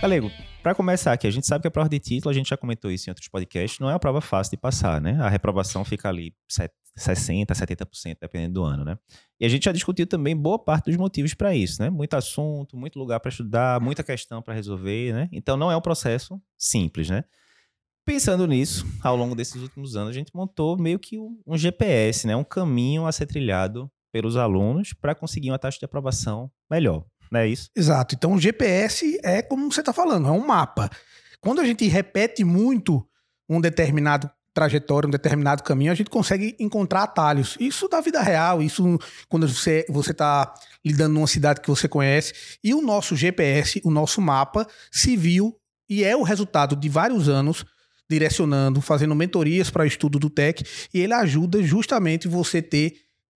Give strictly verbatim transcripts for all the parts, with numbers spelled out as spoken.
Galego, para começar aqui, a gente sabe que a prova de título, a gente já comentou isso em outros podcasts, não é uma prova fácil de passar, né? A reprovação fica ali sessenta por cento, setenta por cento, dependendo do ano, né? E a gente já discutiu também boa parte dos motivos para isso, né? Muito assunto, muito lugar para estudar, muita questão para resolver, né? Então não é um processo simples, né? Pensando nisso, ao longo desses últimos anos, a gente montou meio que um G P S, né? Um caminho a ser trilhado pelos alunos para conseguir uma taxa de aprovação melhor. Não é isso? Exato. Então, o G P S é como você está falando, é um mapa. Quando a gente repete muito um determinado trajetória, um determinado caminho, a gente consegue encontrar atalhos. Isso da vida real, isso quando você está lidando numa cidade que você conhece. E o nosso G P S, o nosso mapa, se viu e é o resultado de vários anos direcionando, fazendo mentorias para o estudo do T E C, e ele ajuda justamente você ter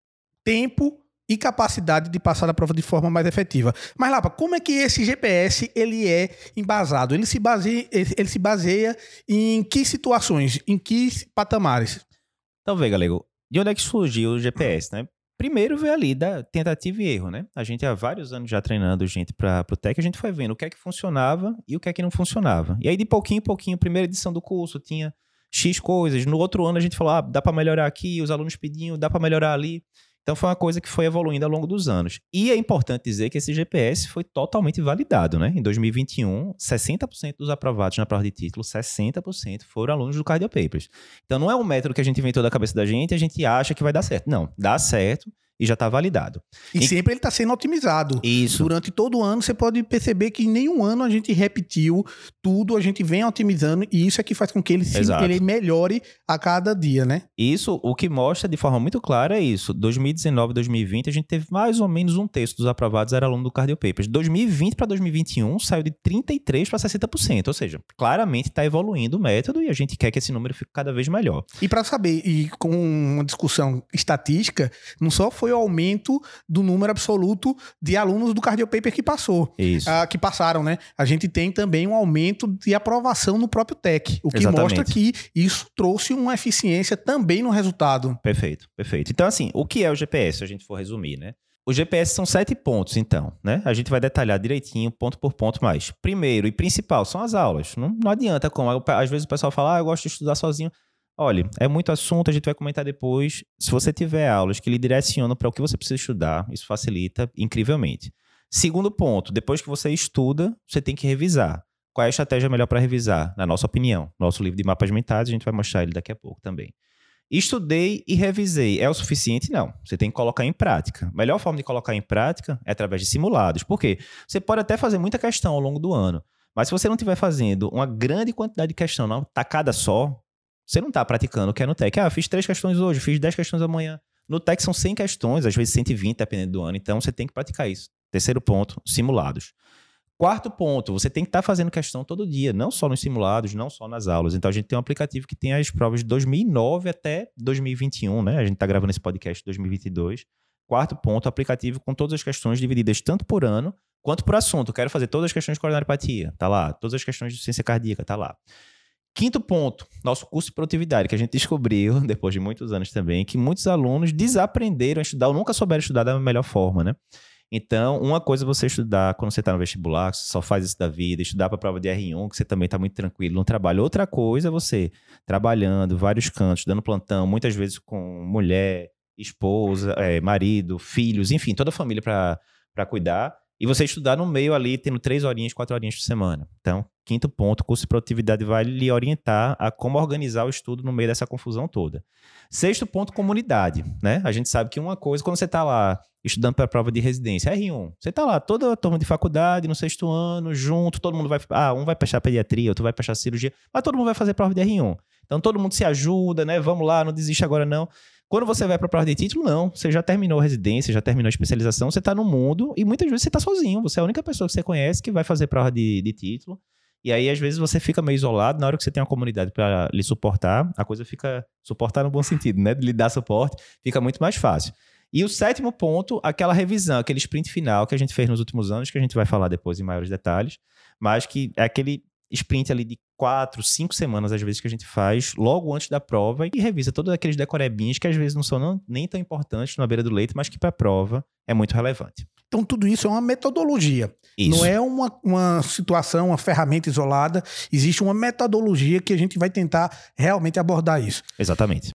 tempo e capacidade de passar a prova de forma mais efetiva. Mas, Lapa, como é que esse G P S ele é embasado? Ele se baseia, ele se baseia em que situações? Em que patamares? Então, vê, Galego, de onde é que surgiu o G P S, né? Primeiro veio ali da tentativa e erro, né? A gente há vários anos já treinando gente para o T E C, a gente foi vendo o que é que funcionava e o que é que não funcionava. E aí, de pouquinho em pouquinho, primeira edição do curso tinha X coisas. No outro ano a gente falou, ah, dá para melhorar aqui, os alunos pediam, dá para melhorar ali. Então foi uma coisa que foi evoluindo ao longo dos anos. E é importante dizer que esse G P S foi totalmente validado, né? Em dois mil e vinte e um, sessenta por cento dos aprovados na prova de título, sessenta por cento foram alunos do Cardio Papers. Então não é um método que a gente inventou da cabeça da gente e a gente acha que vai dar certo. Não, dá certo e já está validado. E, e sempre ele está sendo otimizado. Isso. Durante todo o ano você pode perceber que em nenhum ano a gente repetiu tudo, a gente vem otimizando e isso é que faz com que ele, se, ele melhore a cada dia, né? Isso, o que mostra de forma muito clara é isso. dois mil e dezenove, dois mil e vinte, a gente teve mais ou menos um terço dos aprovados era aluno do Cardio Papers. dois mil e vinte para dois mil e vinte e um saiu de trinta e três por cento para sessenta por cento. Ou seja, claramente está evoluindo o método e a gente quer que esse número fique cada vez melhor. E para saber, e com uma discussão estatística, não só foi o aumento do número absoluto de alunos do Cardio Paper que passou. Isso. Uh, que passaram, né? A gente tem também um aumento de aprovação no próprio T E C, o que Exatamente. mostra que isso trouxe uma eficiência também no resultado. Perfeito, perfeito. Então, assim, o que é o G P S, se a gente for resumir, né? O G P S são sete pontos, então, né? A gente vai detalhar direitinho, ponto por ponto mais. Primeiro e principal são as aulas. Não, não adianta como. Às vezes o pessoal fala, ah, eu gosto de estudar sozinho. Olha, é muito assunto, a gente vai comentar depois. Se você tiver aulas que lhe direcionam para o que você precisa estudar, isso facilita incrivelmente. Segundo ponto, depois que você estuda, você tem que revisar. Qual é a estratégia melhor para revisar? Na nossa opinião, nosso livro de mapas mentais, a gente vai mostrar ele daqui a pouco também. Estudei e revisei. É o suficiente? Não. Você tem que colocar em prática. A melhor forma de colocar em prática é através de simulados. Por quê? Você pode até fazer muita questão ao longo do ano, mas se você não estiver fazendo uma grande quantidade de questão na tacada só, você não está praticando o que é no T E C. Ah, fiz três questões hoje, fiz dez questões amanhã. No T E C são cem questões, às vezes cento e vinte, dependendo do ano. Então, você tem que praticar isso. Terceiro ponto, simulados. Quarto ponto, você tem que estar fazendo questão todo dia, não só nos simulados, não só nas aulas. Então, a gente tem um aplicativo que tem as provas de dois mil e nove até dois mil e vinte e um, né? A gente está gravando esse podcast em dois mil e vinte e dois. Quarto ponto, aplicativo com todas as questões divididas tanto por ano quanto por assunto. Quero fazer todas as questões de coronariopatia, tá lá. Todas as questões de ciência cardíaca, tá lá. Quinto ponto, nosso curso de produtividade, que a gente descobriu, depois de muitos anos também, que muitos alunos desaprenderam a estudar ou nunca souberam estudar da melhor forma, né? Então, uma coisa é você estudar quando você está no vestibular, que você só faz isso da vida, estudar para a prova de R um, que você também está muito tranquilo no trabalho. Outra coisa é você trabalhando, vários cantos, dando plantão, muitas vezes com mulher, esposa, é, marido, filhos, enfim, toda a família para cuidar. E você estudar no meio ali, tendo três horinhas, quatro horinhas por semana. Então, quinto ponto, o curso de produtividade vai lhe orientar a como organizar o estudo no meio dessa confusão toda. Sexto ponto, comunidade, né? A gente sabe que uma coisa, quando você está lá estudando para a prova de residência, R um, você está lá, toda a turma de faculdade, no sexto ano, junto, todo mundo vai... Ah, um vai prestar pediatria, outro vai prestar cirurgia, mas todo mundo vai fazer prova de R um. Então, todo mundo se ajuda, né? Vamos lá, não desiste agora não. Quando você vai para a prova de título, não. Você já terminou a residência, já terminou a especialização, você está no mundo e muitas vezes você está sozinho. Você é a única pessoa que você conhece que vai fazer prova de, de título. E aí, às vezes, você fica meio isolado. Na hora que você tem uma comunidade para lhe suportar, a coisa fica... Suportar no bom sentido, né? De lhe dar suporte, fica muito mais fácil. E o sétimo ponto, aquela revisão, aquele sprint final que a gente fez nos últimos anos, que a gente vai falar depois em maiores detalhes, mas que é aquele sprint ali de quatro, cinco semanas, às vezes, que a gente faz logo antes da prova e revisa todos aqueles decorebinhos que às vezes não são não, nem tão importantes na beira do leito, mas que para a prova é muito relevante. Então, tudo isso é uma metodologia. Isso. Não é uma, uma situação, uma ferramenta isolada. Existe uma metodologia que a gente vai tentar realmente abordar isso. Exatamente.